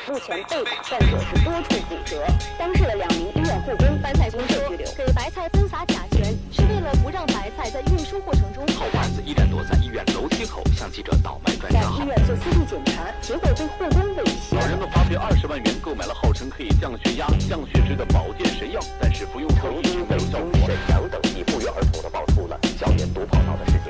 目前被打患者是多处骨折，当事的2名医院护工、白菜工受拘留。给白菜喷洒甲醛是为了不让白菜在运输过程中。 好汉子1点多在医院楼梯口向记者倒卖专家号。 在医院做 CT 检查，结果被护工猥亵。 老人们花费20万元购买了号称可以降血压、降血脂的保健神药，但是服用后一直没有效果。 沈阳等地不约而同地爆出了校园毒跑道的事件。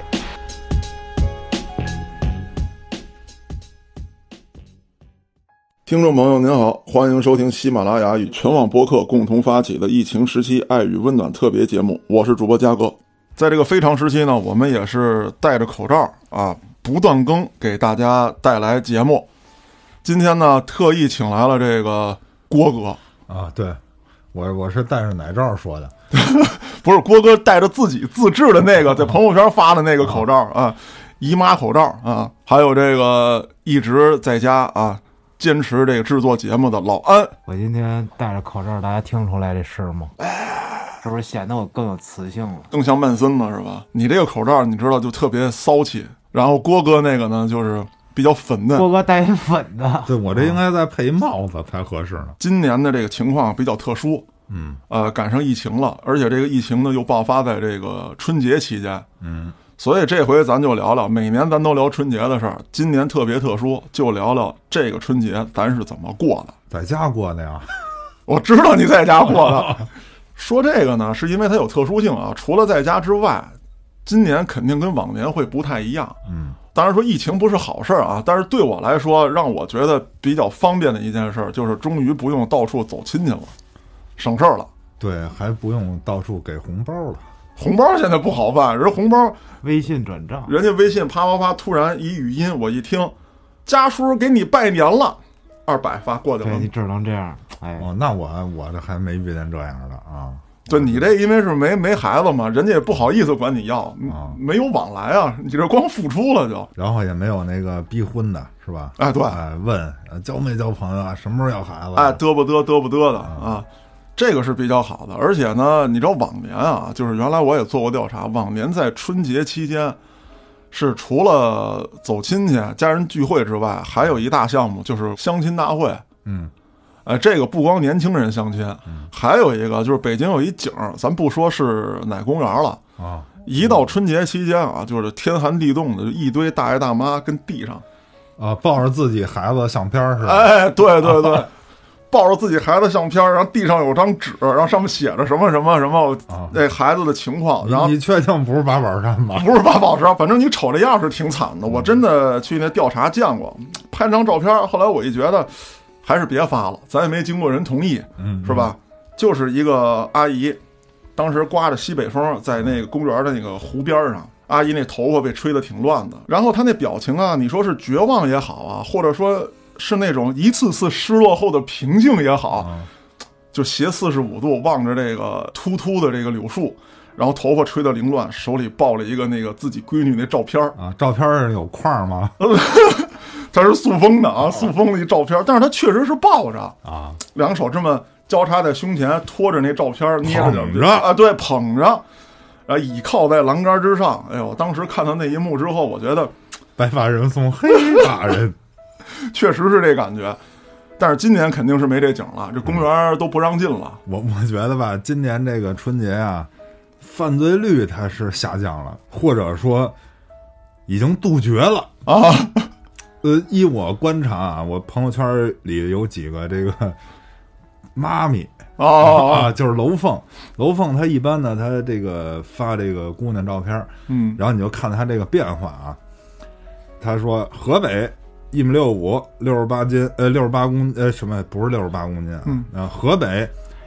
听众朋友您好，欢迎收听喜马拉雅与全网播客共同发起的疫情时期爱与温暖特别节目，我是主播嘉哥。在这个非常时期呢，我们也是戴着口罩啊，不断更给大家带来节目。今天呢，特意请来了这个郭哥啊，对，我是戴着奶罩说的， 不是郭哥戴着自己自制的那个在朋友圈发的那个口罩啊，姨妈口罩啊，还有这个一直在家啊坚持这个制作节目的老安。 我今天戴着口罩，大家听出来这事吗？是不是显得我更有磁性了， 更像曼森了是吧？你这个口罩你知道就特别骚气，然后郭哥那个呢就是比较粉嫩。 郭哥戴粉的， 对，我这应该再配一帽子才合适呢。 今年的这个情况比较特殊，赶上疫情了，而且这个疫情呢又爆发在这个春节期间，所以这回咱就聊聊，每年咱都聊春节的事儿，今年特别特殊，就聊聊这个春节咱是怎么过的。 在家过的呀？ 我知道你在家过的。说这个呢，是因为它有特殊性啊。除了在家之外，今年肯定跟往年会不太一样。当然说疫情不是好事啊，但是对我来说，让我觉得比较方便的一件事就是终于不用到处走亲戚了，省事儿了。 对，还不用到处给红包了。 红包现在不好办，人红包微信转账， 人家微信啪啪啪，突然一语音，我一听，家叔给你拜年了，200发过去了。 对，你只能这样。哎， 那我这还没遇见这样的啊。 对，你这因为是没孩子嘛，人家也不好意思管你要，没有往来啊，你这光付出了就。 然后也没有那个逼婚的是吧？ 哎，对， 问交没交朋友啊，什么时候要孩子？ 哎，嘚不嘚的啊。这个是比较好的，而且呢，你知道往年啊，就是原来我也做过调查，往年在春节期间，是除了走亲戚、家人聚会之外，还有一大项目就是相亲大会。这个不光年轻人相亲，还有一个就是北京有一景，咱不说是哪公园了啊，一到春节期间啊，就是天寒地冻的，就一堆大爷大妈跟地上抱着自己孩子相片是吧？ 哎，对。抱着自己孩子相片，然后地上有张纸，然后上面写着什么什么什么，那孩子的情况。然后你确定不是八宝山吗？ 不是八宝山，反正你瞅这样是挺惨的。我真的去那调查见过，拍张照片，后来我一觉得还是别发了，咱也没经过人同意，是吧？就是一个阿姨，当时刮着西北风，在那个公园的那个湖边上，阿姨那头发被吹得挺乱的，然后她那表情啊，你说是绝望也好啊，或者说是那种一次次失落后的平静也好，就斜45度望着这个秃秃的这个柳树，然后头发吹得凌乱，手里抱了一个那个自己闺女那照片啊，照片上有框吗？ 它是塑封的啊，塑封的一照片，但是他确实是抱着啊，两手这么交叉在胸前，拖着那照片，捏着啊，对，捧着，倚靠在栏杆之上。哎呦，当时看到那一幕之后，我觉得白发人送黑发人。 确实是这感觉，但是今年肯定是没这景了，这公园都不让进了。 我觉得吧，今年这个春节啊，犯罪率它是下降了，或者说已经杜绝了啊。依我观察啊，我朋友圈里有几个这个妈咪就是楼凤她一般呢，她这个发这个姑娘照片，然后你就看她这个变化啊。她说河北1.65米，68斤，68公什么不是68公斤啊？河北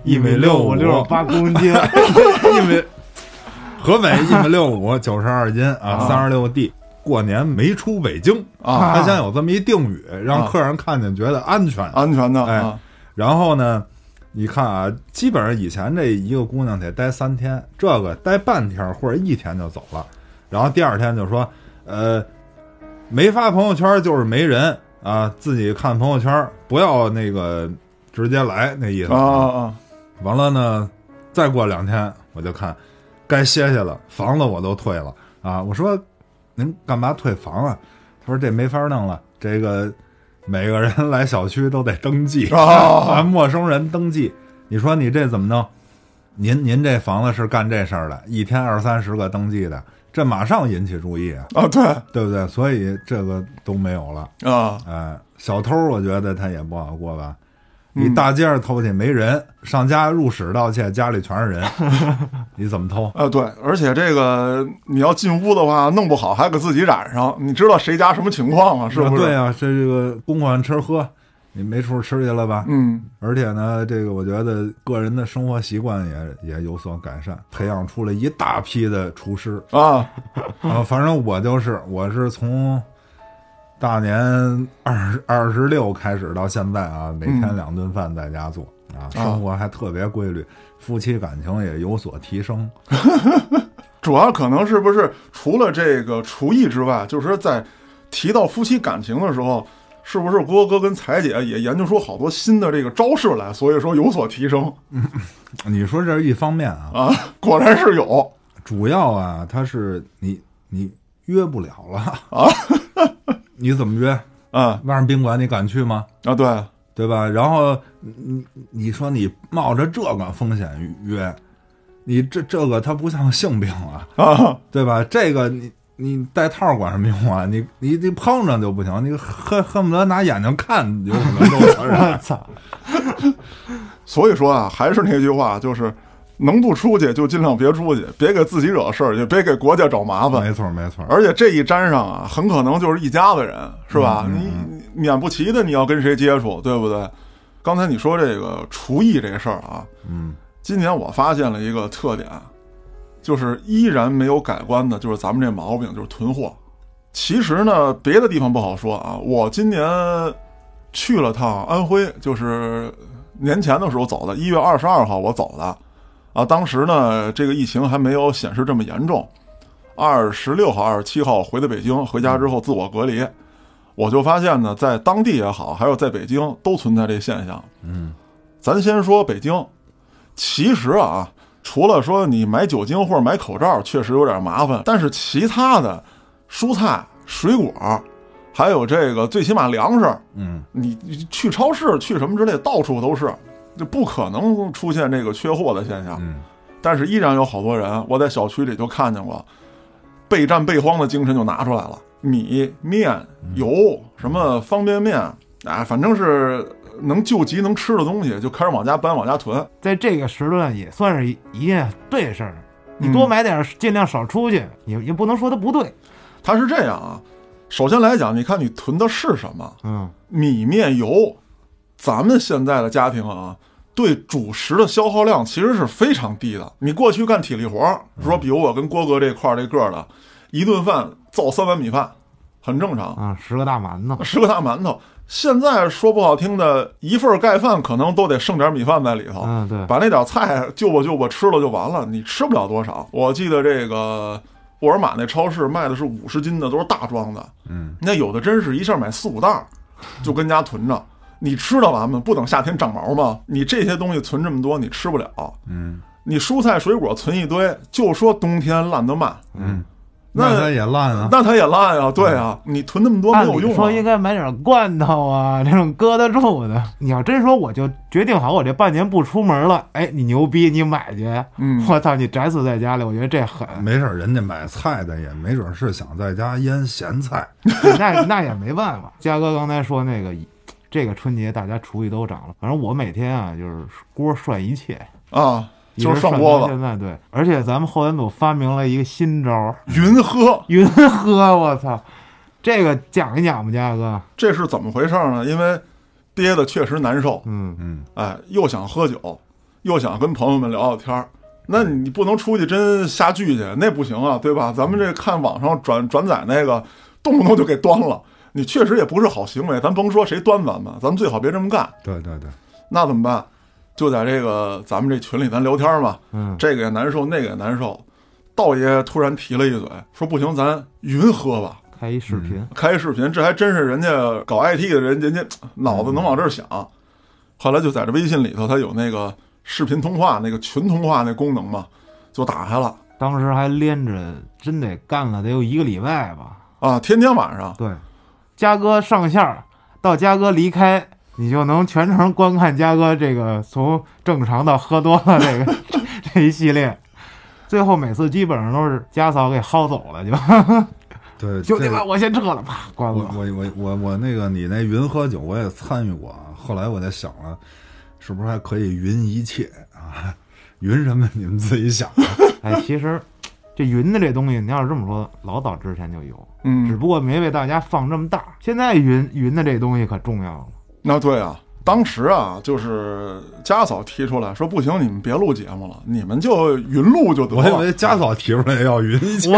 1.65米 ，68公斤， 河北1.65米，92斤啊，36D。过年没出北京啊，他想有这么一定语，让客人看见觉得安全的。 哎，然后呢，你看啊，基本上以前这一个姑娘得待3天，这个待半天或者1天就走了，然后第2天就说，没发朋友圈就是没人啊，自己看朋友圈，不要那个直接来那意思啊。完了呢，再过2天我就看该歇歇了，房子我都退了啊。我说您干嘛退房啊？他说这没法弄了，这个每个人来小区都得登记啊陌生人登记。你说你这怎么弄？您这房子是干这事儿的，一天20-30个登记的，这马上引起注意啊， 对不对？所以这个都没有了啊。 小偷我觉得他也不好过吧。你大街上偷去没人，上家入室盗窃，家里全是人，你怎么偷？ 对，而且这个你要进屋的话，弄不好还给自己染上，你知道谁家什么情况啊？是不是？ 对啊，这个公款吃喝，你没处吃去了吧？而且呢，这个我觉得个人的生活习惯也有所改善，培养出了一大批的厨师啊。 反正我是从大年26开始到现在啊，每天2顿饭在家做生活还特别规律，夫妻感情也有所提升。 主要可能是不是除了这个厨艺之外，就是在提到夫妻感情的时候，是不是郭哥跟彩姐也研究出好多新的这个招式来，所以说有所提升？ 你说这是一方面啊， 果然是有。 主要啊，他是你约不了了啊。你怎么约晚上宾馆你敢去吗？对吧？然后你说你冒着这个风险约，你这个它不像性病啊，对吧？这个你戴套管什么用啊？你碰上就不行，你恨不得拿眼睛看，有可能都传染。操！ 所以说啊，还是那句话，就是能不出去就尽量别出去，别给自己惹事儿，也别给国家找麻烦。 没错。 而且这一沾上啊，很可能就是一家子人，是吧？你免不齐的，你要跟谁接触，对不对？刚才你说这个厨艺这事儿啊，今年我发现了一个特点，就是依然没有改观的，就是咱们这毛病，就是囤货。其实呢，别的地方不好说啊，我今年去了趟安徽，就是年前的时候走的，1月22号我走的。当时呢，这个疫情还没有显示这么严重。26号、27号回的北京，回家之后自我隔离，我就发现呢，在当地也好，还有在北京都存在这现象。咱先说北京，其实啊，除了说你买酒精或者买口罩确实有点麻烦，但是其他的蔬菜、水果，还有这个最起码粮食，你去超市去什么之类的，到处都是。就不可能出现这个缺货的现象，但是依然有好多人，我在小区里就看见过，备战备荒的精神就拿出来了，米、面、油，什么方便面，反正是能救急能吃的东西，就开始往家搬，往家囤。 在这个时段也算是一件对事儿，你多买点，尽量少出去，也不能说它不对。 它是这样啊，首先来讲，你看你囤的是什么？米、面、油。咱们现在的家庭啊，对主食的消耗量其实是非常低的。你过去干体力活，说比如我跟郭哥这块这个的，一顿饭造3碗米饭，很正常 10个大馒头 ，10个大馒头。现在说不好听的，一份盖饭可能都得剩点米饭在里头， 对， 把那点菜就吧吃了就完了，你吃不了多少。我记得这个沃尔玛那超市卖的是50斤的，都是大装的，那有的真是一下买4-5袋，就跟家囤着。你吃得完吗？不等夏天长毛吗？你这些东西存这么多，你吃不了。你蔬菜水果存一堆，就说冬天烂得慢。 那它也烂啊， 那它也烂啊，对啊，你囤那么多没有用啊。 说应该买点罐头啊，这种搁得住的。你要真说我就决定好，我这半年不出门了，你牛逼，你买去。我操，你宅死在家里，我觉得这狠。 没事，人家买菜的也没准是想在家腌咸菜， 那也没办法。嘉哥刚才说那个。这个春节大家厨艺都涨了，反正我每天啊就是锅涮一切啊，就是涮锅子。 现在对，而且咱们后援组发明了一个新招， 云喝， 我操，这个讲一讲吧，嘉哥。 这是怎么回事呢？因为憋的确实难受，又想喝酒，又想跟朋友们聊聊天，那你不能出去真瞎聚去，那不行啊，对吧？咱们这看网上转载那个，动不动就给端了。你确实也不是好行为，咱甭说谁端咱们，咱们最好别这么干。 对， 那怎么办？就在这个咱们这群里咱聊天嘛，这个也难受，那个也难受。道爷突然提了一嘴，说不行，咱云喝吧， 开一视频， 这还真是人家搞 IT 的人，人家脑子能往这儿想。后来就在这微信里头，他有那个视频通话、那个群通话那功能嘛，就打开了。 当时还连着，真得干了得有1个礼拜吧。 天天晚上。 对。嘉哥上线到嘉哥离开，你就能全程观看嘉哥这个从正常到喝多了这一系列。最后每次基本上都是家嫂给薅走了， 对， 兄弟们，我先撤了，啪关了。 我那个你那云喝酒我也参与过，后来我就想了，是不是还可以云一切啊？云什么？你们自己想。 哎，其实这云的这东西，你要是这么说，老早之前就有，只不过没为大家放这么大。现在云的这东西可重要了。 那对啊。当时啊，就是家嫂提出来说不行，你们别录节目了，你们就云录就得了。 我以为家嫂提出来要云一切。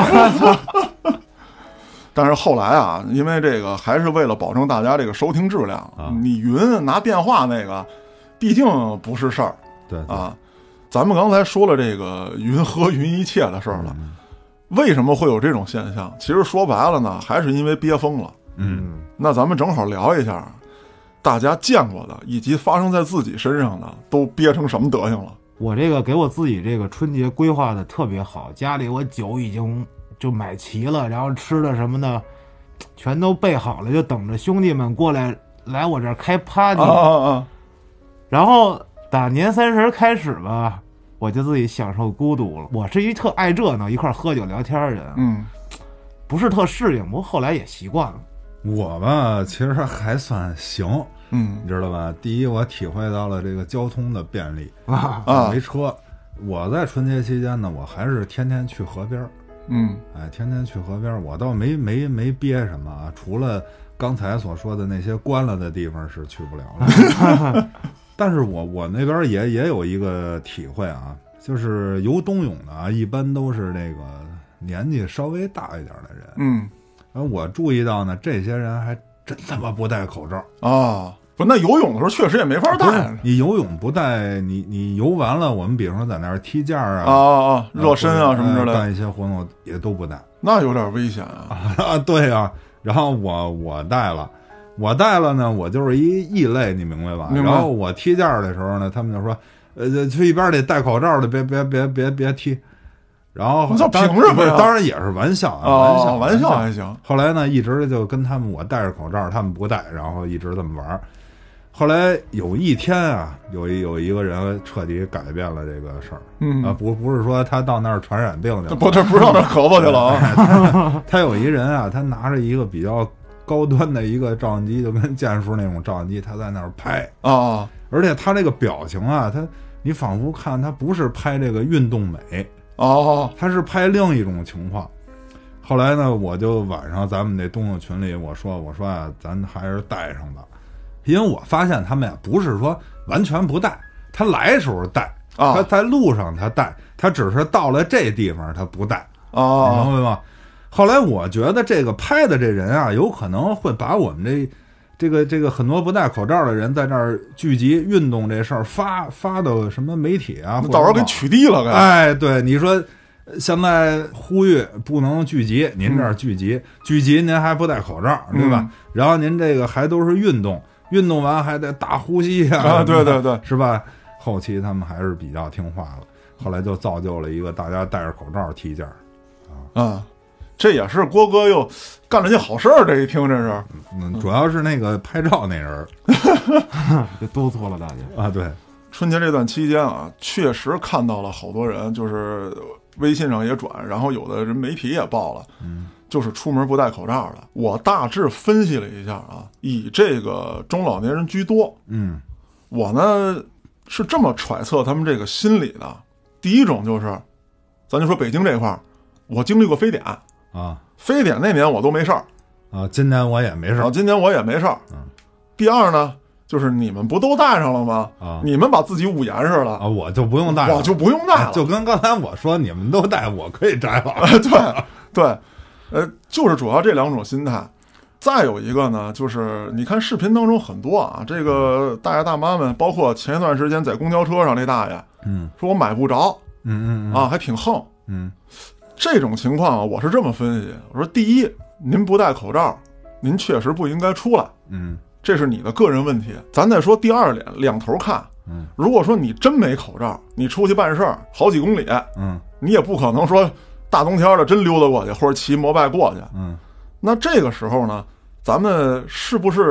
但是后来啊，因为这个还是为了保证大家这个收听质量，你云拿电话那个，毕竟不是事儿。 对啊，咱们刚才说了这个云喝云一切的事儿了，为什么会有这种现象？其实说白了呢，还是因为憋疯了。那咱们正好聊一下。大家见过的以及发生在自己身上的都憋成什么德行了？ 我这个给我自己这个春节规划的特别好，家里我酒已经就买齐了，然后吃的什么的全都备好了，就等着兄弟们过来我这儿开 party。然后打年30开始吧，我就自己享受孤独了。我是一特爱热闹一块喝酒聊天的人，不是特适应，不过后来也习惯了。 我吧，其实还算行，你知道吧？第一，我体会到了这个交通的便利没车。我在春节期间呢，我还是天天去河边，天天去河边，我倒没憋什么啊，除了刚才所说的那些关了的地方是去不了了。但是我那边也有一个体会啊，就是游冬泳的啊，一般都是那个年纪稍微大一点的人，我注意到呢，这些人还真他妈不戴口罩啊！不，那游泳的时候确实也没法戴。 你游泳不戴，你游完了，我们比如说在那儿踢毽热身啊什么之类的， 干一些活动也都不戴， 那有点危险啊！ 对啊，然后我戴了呢，我就是一异类，你明白吧？然后我踢毽的时候呢，他们就说，去一边得戴口罩的，别踢。然后凭什么呀？ 当然也是玩笑啊， 玩笑还行。 后来呢，一直就跟他们我戴着口罩，他们不戴，然后一直这么玩。后来有一天啊，有一个人彻底改变了这个事儿，不是说他到那儿传染病去了， 不是到那儿咳嗽去了啊。 他有一人啊，他拿着一个比较高端的一个照相机，就跟剑叔那种照相机，他在那儿拍啊， 而且他这个表情啊，你仿佛看他不是拍这个运动美。他是拍另一种情况。后来呢，我就晚上咱们那冬泳群里我说啊，咱还是带上吧，因为我发现他们呀不是说完全不带，他来时候带，他在路上他带，他只是到了这地方他不带，你明白吗？后来我觉得这个拍的这人啊，有可能会把我们这个很多不戴口罩的人在这儿聚集运动这事儿发到什么媒体啊， 到时候给取缔了。 哎，对，你说现在呼吁不能聚集，您这儿聚集您还不戴口罩，对吧？然后您这个还都是运动完还得大呼吸啊， 对， 是吧？后期他们还是比较听话了，后来就造就了一个大家戴着口罩踢毽这也是郭哥又干了件好事儿，这一听这是， 主要是那个拍照那人就督促了大家啊。对， 春节这段期间啊，确实看到了好多人，就是微信上也转，然后有的人媒体也报了，就是出门不戴口罩的。我大致分析了一下啊，以这个中老年人居多。我呢是这么揣测他们这个心理的。第一种就是，咱就说北京这块儿，我经历过非典。非典那年我都没事儿今年我也没事儿今年我也没事儿第二呢，就是你们不都带上了吗你们把自己捂严实了我就不用带了， 我就不用带了， 就跟刚才我说你们都带，我可以摘了对，就是主要这两种心态。再有一个呢，就是你看视频当中很多啊，这个大爷大妈们，包括前一段时间在公交车上那大爷说我买不着还挺横这种情况啊，我是这么分析。我说，第一，您不戴口罩，您确实不应该出来，这是你的个人问题。咱再说第二点，两头看，如果说你真没口罩，你出去办事儿好几公里，你也不可能说大冬天的真溜达过去，或者骑摩拜过去，那这个时候呢，咱们是不是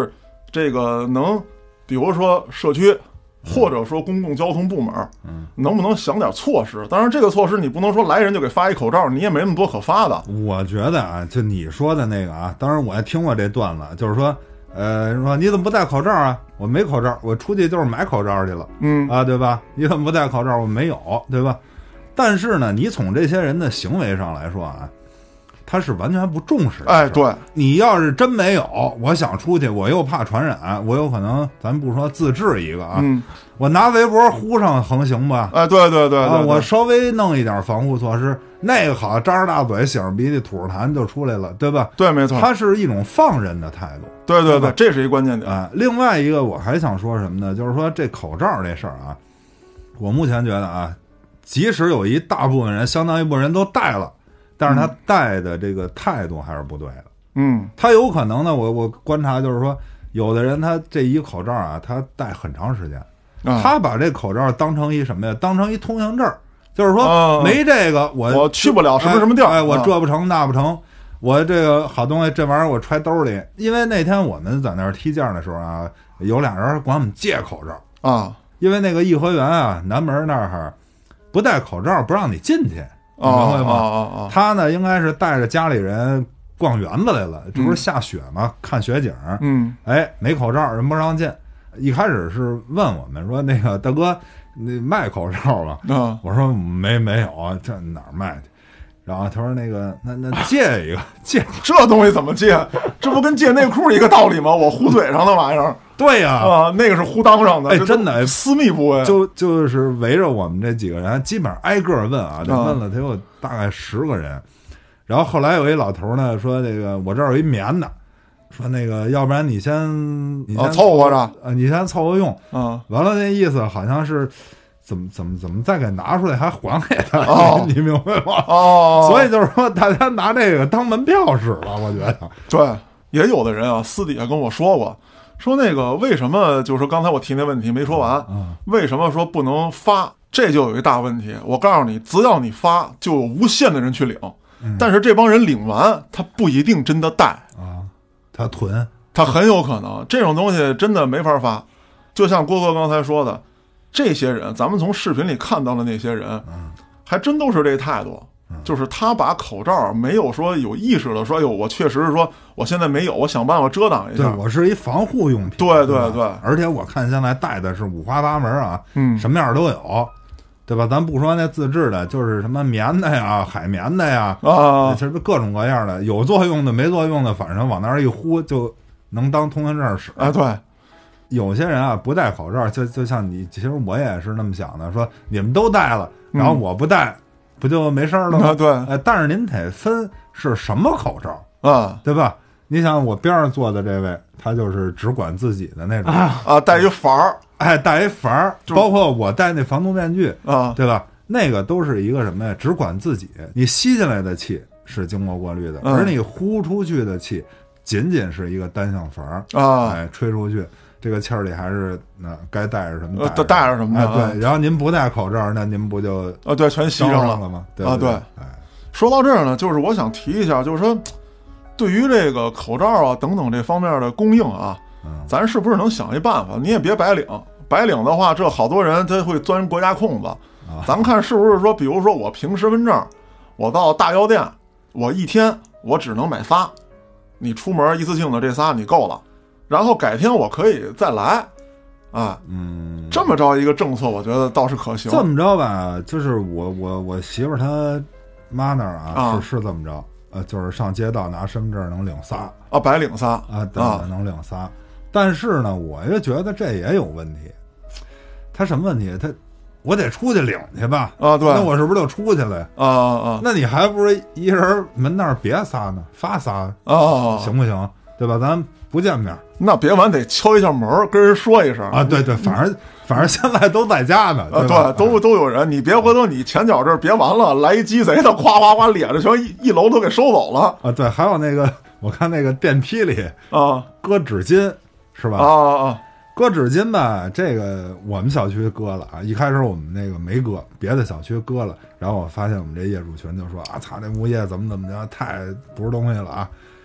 这个能，比如说社区。或者说公共交通部门，能不能想点措施？当然，这个措施你不能说来人就给发一口罩，你也没那么多可发的。 我觉得啊，就你说的那个啊，当然我也听过这段子，就是说，说你怎么不戴口罩啊？我没口罩，我出去就是买口罩去了，对吧？你怎么不戴口罩？我没有，对吧？但是呢，你从这些人的行为上来说啊。他是完全不重视的。 哎，对， 你要是真没有，我想出去，我又怕传染，我有可能，咱不说自制一个啊，我拿围脖糊上横行吧？ 哎，对对对对， 我稍微弄一点防护措施，那个好，张着大嘴，擤着鼻涕，吐着痰就出来了，对吧？ 对，没错， 它是一种放任的态度。 对对对，这是一关键点啊。另外一个，我还想说什么呢？就是说这口罩这事儿啊，我目前觉得啊，即使有一大部分人，相当一部分人都戴了。但是他戴的这个态度还是不对的，他有可能呢，我观察就是说，有的人他这一口罩啊，他戴很长时间，他把这口罩当成一什么呀？当成一通行证，就是说没这个我去不了什么什么地儿， 我这不成那不成，我这个好东西这玩意儿我揣兜里。因为那天我们在那儿踢毽的时候啊，有俩人管我们借口罩啊， 因为那个颐和园啊南门那儿不戴口罩不让你进去。你明白吗？他呢，应该是带着家里人逛园子来了，这不是下雪吗？看雪景。没口罩，人不让进。一开始是问我们说，那个大哥，你卖口罩吗？我说没有，这哪儿卖去？然后他说那个，那借一个，借这东西怎么借？这不跟借内裤一个道理吗？我糊嘴上的玩意儿。 对呀， 那个是糊裆上的， 真的私密部位。 就是围着我们这几个人，基本上挨个问啊，就问了他有大概10个人。然后后来有一老头呢说，这个我这儿有一棉的，说那个要不然你先凑合着， 你先凑合用。完了那意思好像是。怎么再给拿出来还还给他？你明白吗？所以就是说大家拿这个当门票使了，我觉得。 对，也有的人啊私底下跟我说过，说那个为什么就是刚才我提那问题没说完，为什么说不能发？这就有一大问题。我告诉你，只要你发，就有无限的人去领，但是这帮人领完，他不一定真的带啊，他囤， 他很有可能这种东西真的没法发。就像郭哥刚才说的。这些人，咱们从视频里看到的那些人，还真都是这态度，就是他把口罩没有说有意识的说，哎呦，我确实是说我现在没有，我想办法遮挡一下。 对，我是一防护用品。 对对对， 而且我看现在戴的是五花八门啊，什么样都有，对吧？咱不说那自制的，就是什么棉的呀、海绵的呀，其实各种各样的，有作用的、没作用的，反正往那儿一呼就能当通行证使。 对。 有些人啊不戴口罩，就像你，其实我也是那么想的，说你们都戴了，然后我不戴，不就没事了吗？ 对， 但是您得分是什么口罩啊， 对吧？你想我边上坐的这位，他就是只管自己的那种戴一阀儿， 戴一阀儿，包括我戴那防毒面具啊， 对吧？那个都是一个什么呀？只管自己，你吸进来的气是经过过滤的，而你呼出去的气仅仅是一个单向阀啊， 吹出去。这个气儿里还是该带着什么带着什么的，对。然后您不戴口罩，那您不就对全吸上了吗？对。 说到这儿呢，就是我想提一下，就是说，对于这个口罩啊等等这方面的供应啊，咱是不是能想一办法？你也别白领，白领的话，这好多人他会钻国家空子。咱们看是不是说，比如说我凭身份证，我到大药店，我一天我只能买仨，你出门一次性的这仨你够了。然后改天我可以再来，这么着一个政策，我觉得倒是可行。 这么着吧，就是我媳妇她妈那儿是这么着，就是上街道拿身份证能领仨白领仨对，能领仨。但是呢，我又觉得这也有问题。他什么问题？我得出去领去吧对， 那我是不是就出去了呀？那你还不是一人门那儿别仨呢，发仨行不行？对吧？咱不见面， 那别完得敲一下门，跟人说一声对，反正现在都在家呢， 对，都有人，你别回头你前脚这别完了，来一鸡贼的，夸夸夸咧着全一楼都给收走了对，还有那个我看那个电梯里搁纸巾是吧？搁纸巾吧，这个我们小区搁了一开始我们那个没搁，别的小区搁了，然后我发现我们这业主群就说操，这物业怎么着，太不是东西了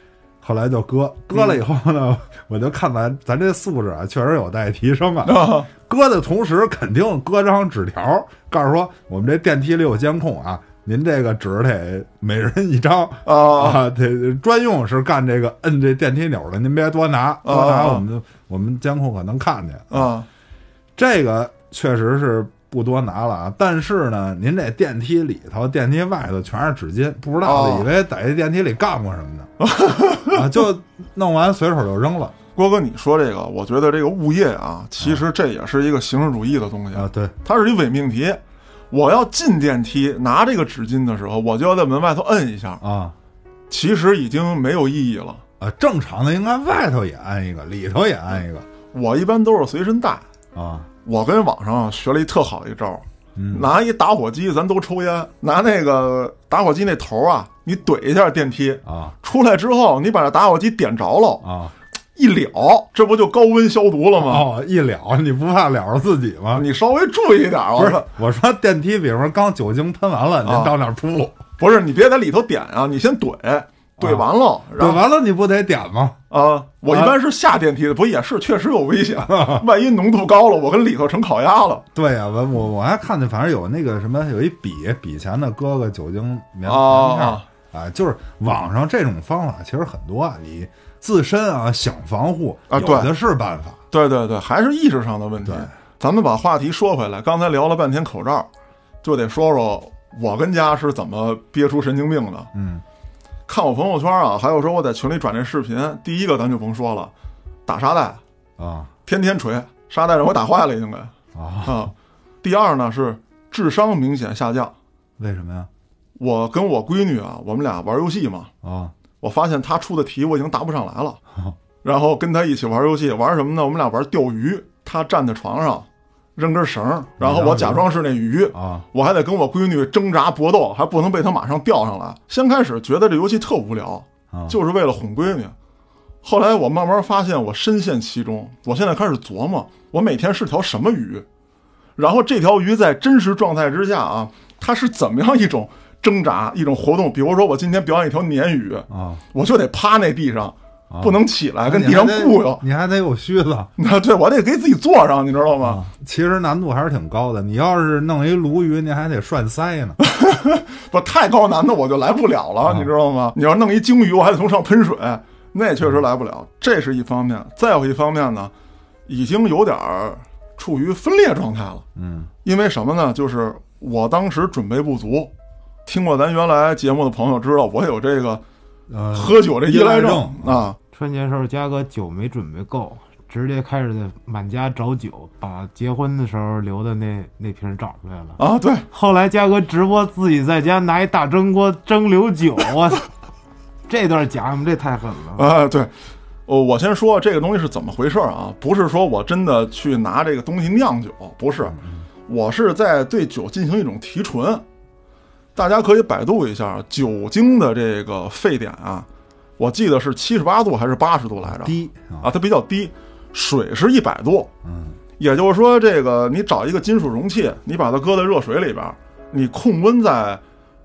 后来就搁了以后呢，我就看咱这素质啊，确实有待提升啊。搁的同时，肯定搁张纸条，告诉说我们这电梯里有监控啊，您这个纸得每人一张啊，得专用是干这个摁这电梯钮的，您别多拿，我们监控可能看见啊。这个确实是不多拿了啊，但是呢，您这电梯里头、电梯外头全是纸巾，不知道的以为在这电梯里干过什么呢，啊，就弄完随手就扔了。 郭哥，你说这个，我觉得这个物业啊，其实这也是一个形式主义的东西啊，对， 它是一伪命题。我要进电梯拿这个纸巾的时候，我就要在门外头摁一下啊， 其实已经没有意义了啊。正常的应该外头也按一个，里头也按一个。 我一般都是随身带啊。 我跟网上学了一特好一招，拿一打火机，咱都抽烟，拿那个打火机那头啊，你怼一下电梯啊， 出来之后你把这打火机点着了啊， 一燎，这不就高温消毒了吗？ 哦，一燎，你不怕燎着自己吗？ 你稍微注意一点啊！ 不是，我说电梯，比如说刚酒精喷完了，您到那儿出， 不是，你别在里头点啊，你先怼完了， 怼完了你不得点吗？ 啊，我一般是下电梯的，不也是确实有危险，万一浓度高了，我跟里头成烤鸭了。 对呀，我还看见，反正有那个什么，有一笔前的搁个酒精棉片啊，就是网上这种方法其实很多啊，你自身啊想防护啊， 有的是办法。 对对对，还是意识上的问题。咱们把话题说回来，刚才聊了半天口罩，就得说说我跟家是怎么憋出神经病的。看我朋友圈啊，还有说我在群里转这视频，第一个咱就甭说了，打沙袋啊， 天天锤沙袋，让我打坏了应该啊。第二呢是智商明显下降， 为什么呀？ 我跟我闺女啊，我们俩玩游戏嘛啊， 我发现她出的题我已经答不上来了，然后跟她一起玩游戏，玩什么呢？我们俩玩钓鱼，她站在床上扔根绳，然后我假装是那鱼啊， 我还得跟我闺女挣扎搏斗，还不能被她马上钓上来。先开始觉得这游戏特无聊，就是为了哄闺女。后来我慢慢发现我深陷其中，我现在开始琢磨，我每天是条什么鱼，然后这条鱼在真实状态之下啊，它是怎么样一种挣扎，一种活动。比如说我今天表演一条鲶鱼啊， 我就得趴那地上。不能起来，跟地上固有， 你还得有须子。 对，我得给自己坐上，你知道吗？ 其实难度还是挺高的。你要是弄一鲈鱼，你还得涮腮呢。 不，太高难的我就来不了了，你知道吗？你要弄一鲸鱼，我还得从上喷水，那确实来不了。这是一方面，再有一方面呢，已经有点处于分裂状态了。因为什么呢？就是我当时准备不足。听过咱原来节目的朋友知道，我有这个。喝酒这依赖症啊！ 春节时候嘉哥酒没准备够，直接开始在满家找酒，把结婚的时候留的那瓶找出来了啊！对， 后来嘉哥直播自己在家拿一大蒸锅蒸馏酒，我这段讲这太狠了啊！对，我先说这个东西是怎么回事啊？不是说我真的去拿这个东西酿酒，不是，我是在对酒进行一种提纯。大家可以百度一下酒精的这个沸点啊，我记得是78度还是80度来着？ 低啊，它比较低。水是100度，也就是说，这个你找一个金属容器，你把它搁在热水里边，你控温在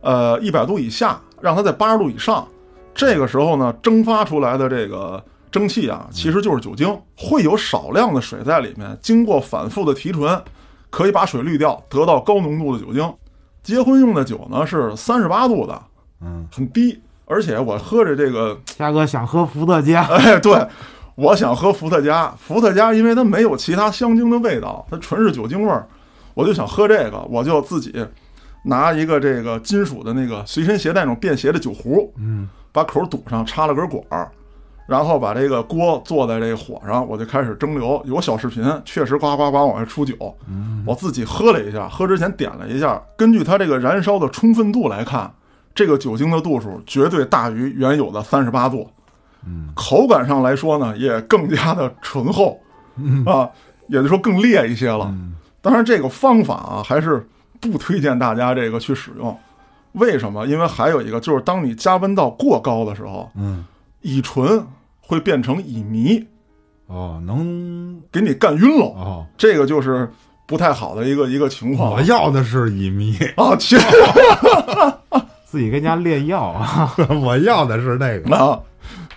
100度以下，让它在80度以上。这个时候呢，蒸发出来的这个蒸汽啊，其实就是酒精，会有少量的水在里面，经过反复的提纯，可以把水滤掉，得到高浓度的酒精。结婚用的酒呢是38度的，很低，而且我喝着这个， 嘉哥想喝伏特加， 哎，对，我想喝伏特加，伏特加因为它没有其他香精的味道，它纯是酒精味儿，我就想喝这个，我就自己拿一个这个金属的那个随身携带那种便携的酒壶，把口堵上，插了根管儿。然后把这个锅坐在这个火上，我就开始蒸馏。有小视频，确实呱呱呱往外出酒。我自己喝了一下，喝之前点了一下，根据它这个燃烧的充分度来看，这个酒精的度数绝对大于原有的38度。口感上来说呢，也更加的醇厚，啊，也就是说更烈一些了。当然，这个方法啊，还是不推荐大家这个去使用。为什么？因为还有一个就是，当你加温到过高的时候，乙醇会变成乙醚， 能给你干晕了， 这个就是不太好的一个情况。 我要的是乙醚啊，其实自己跟家炼药啊， 我要的是那个啊。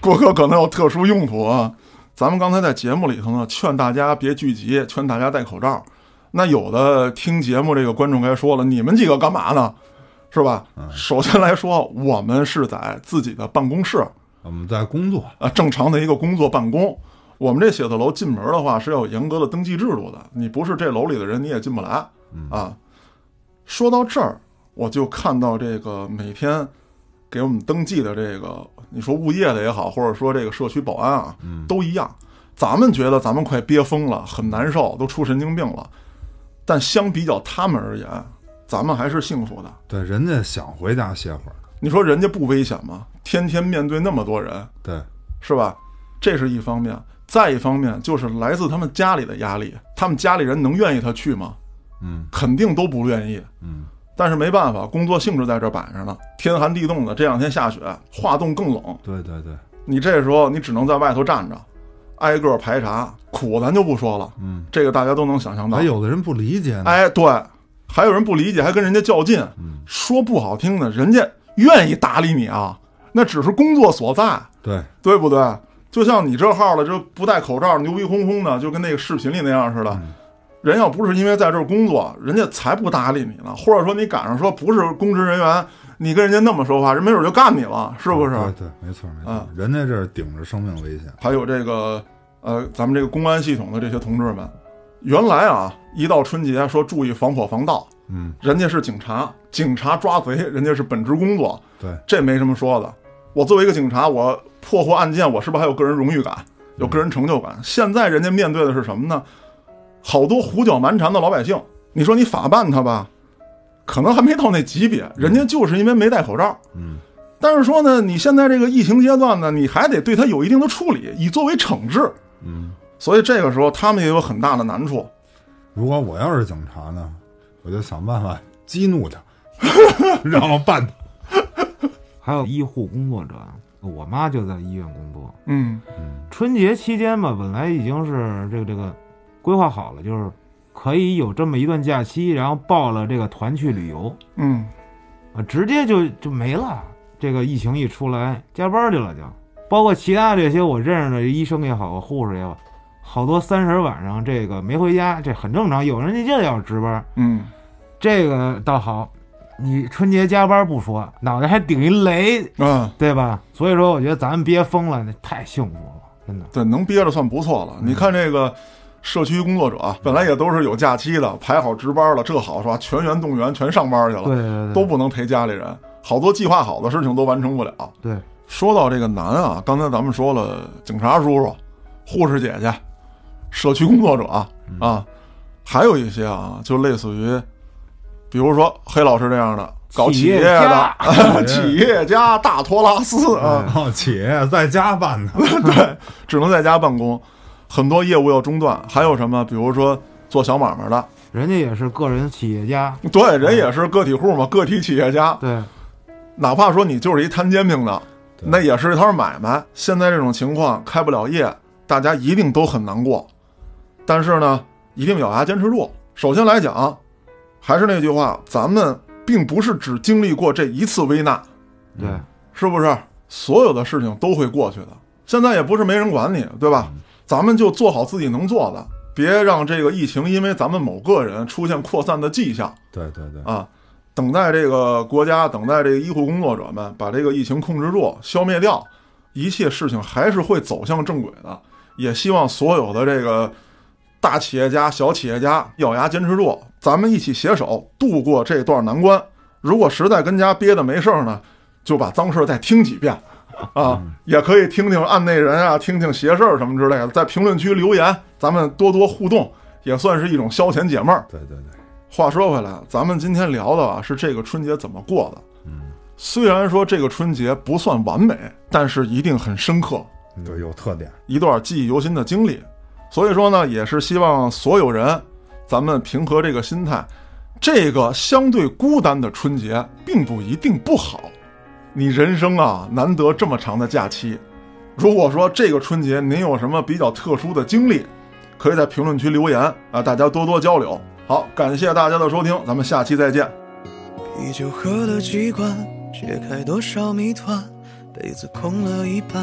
过客可能有特殊用途啊。咱们刚才在节目里头呢，劝大家别聚集，劝大家戴口罩。那有的听节目这个观众该说了，你们几个干嘛呢？是吧？首先来说，我们是在自己的办公室， 我们在工作正常的一个工作办公。我们这写字楼进门的话是要有严格的登记制度的，你不是这楼里的人你也进不来啊。说到这儿，我就看到这个每天给我们登记的这个，你说物业的也好，或者说这个社区保安啊，都一样。咱们觉得咱们快憋疯了，很难受，都出神经病了。但相比较他们而言，咱们还是幸福的。 对，人家想回家歇会儿， 你说人家不危险吗？天天面对那么多人， 对， 是吧？这是一方面。再一方面就是来自他们家里的压力，他们家里人能愿意他去吗？肯定都不愿意。但是没办法，工作性质在这摆着呢，天寒地冻的，这两天下雪，化冻更冷。 对对对， 你这时候你只能在外头站着，挨个排查，苦咱就不说了。这个大家都能想象到。 还有的人不理解呢。 哎，对，还有人不理解，还跟人家较劲。说不好听的，人家愿意搭理你啊，那只是工作所在。 对， 对不对？就像你这号了，就不戴口罩，牛逼哄哄的，就跟那个视频里那样似的。人要不是因为在这儿工作，人家才不搭理你呢。或者说你赶上说不是公职人员，你跟人家那么说话，人没准就干你了，是不是？ 对对，没错没错。人家这儿顶着生命危险。 还有这个咱们这个公安系统的这些同志们，原来啊，一到春节说注意防火防盗，人家是警察，警察抓贼，人家是本职工作， 对， 这没什么说的。我作为一个警察，我破获案件，我是不是还有个人荣誉感，有个人成就感？现在人家面对的是什么呢？好多胡搅蛮缠的老百姓，你说你法办他吧，可能还没到那级别，人家就是因为没戴口罩。但是说呢，你现在这个疫情阶段呢，你还得对他有一定的处理，以作为惩治。所以这个时候他们也有很大的难处。 如果我要是警察呢，我就想办法激怒他，让我办他。 还有医护工作者，我妈就在医院工作。春节期间吧，本来已经是这个规划好了，就是可以有这么一段假期，然后报了这个团去旅游。直接就没了。这个疫情一出来，加班去了就。包括其他这些我认识的医生也好，护士也好，好多30晚上这个没回家，这很正常。有人家就要值班。这个倒好。你春节加班不说，脑袋还顶一雷，对吧？所以说，我觉得咱们憋疯了，那太幸福了，真的。 对，能憋着算不错了。你看这个社区工作者，本来也都是有假期的，排好值班了，这好是吧？全员动员，全上班去了， 对， 都不能陪家里人，好多计划好的事情都完成不了。 对， 说到这个难啊，刚才咱们说了，警察叔叔、护士姐姐、社区工作者啊，还有一些啊，就类似于。比如说黑老师这样的搞企业的企业家大托拉斯啊， 企业在家办的， 对，只能在家办公，很多业务要中断。还有什么？比如说做小买卖的， 人家也是个人企业家， 对，人也是个体户嘛，个体企业家， 对， 哪怕说你就是一摊煎饼的，那也是一摊买卖。现在这种情况开不了业，大家一定都很难过，但是呢，一定咬牙坚持住。首先来讲。还是那句话，咱们并不是只经历过这一次危难， 对， 是不是？所有的事情都会过去的。现在也不是没人管你，对吧？咱们就做好自己能做的，别让这个疫情因为咱们某个人出现扩散的迹象。 对对对， 啊，等待这个国家，等待这个医护工作者们把这个疫情控制住、消灭掉，一切事情还是会走向正轨的。也希望所有的这个大企业家、小企业家咬牙坚持住，咱们一起携手度过这段难关。如果实在跟家憋的没事呢，就把脏事再听几遍啊，也可以听听案内人啊，听听邪事什么之类的，在评论区留言，咱们多多互动，也算是一种消遣解闷儿。 对对对。 话说回来，咱们今天聊的是这个春节怎么过的。虽然说这个春节不算完美，但是一定很深刻， 对，有特点， 一段记忆犹新的经历。所以说呢，也是希望所有人，咱们平和这个心态。这个相对孤单的春节，并不一定不好。你人生啊，难得这么长的假期。如果说这个春节您有什么比较特殊的经历，可以在评论区留言啊，大家多多交流。好，感谢大家的收听，咱们下期再见。 啤酒喝了几罐，解开多少谜团，杯子空了一半，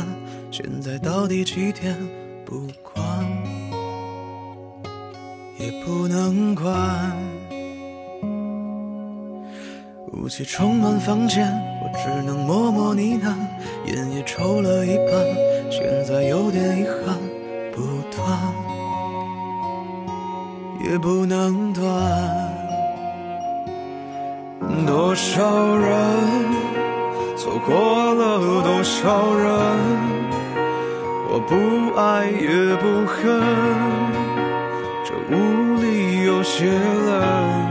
现在到底几点？不管也不能管。雾气充满房间，我只能默默呢喃，烟也抽了一半，现在有点遗憾，不断也不能断。多少人错过了多少人，我不爱也不恨，这无力有些冷。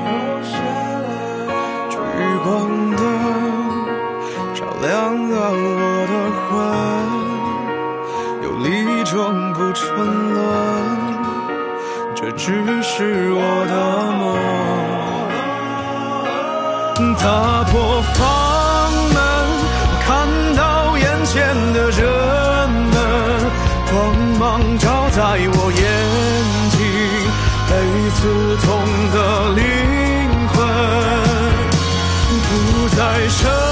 聚光灯照亮了我的魂，有理中不沉沦，这只是我的梦。打破房门，看到眼前的人们，光芒照在我眼睛，被刺痛的灵魂不再深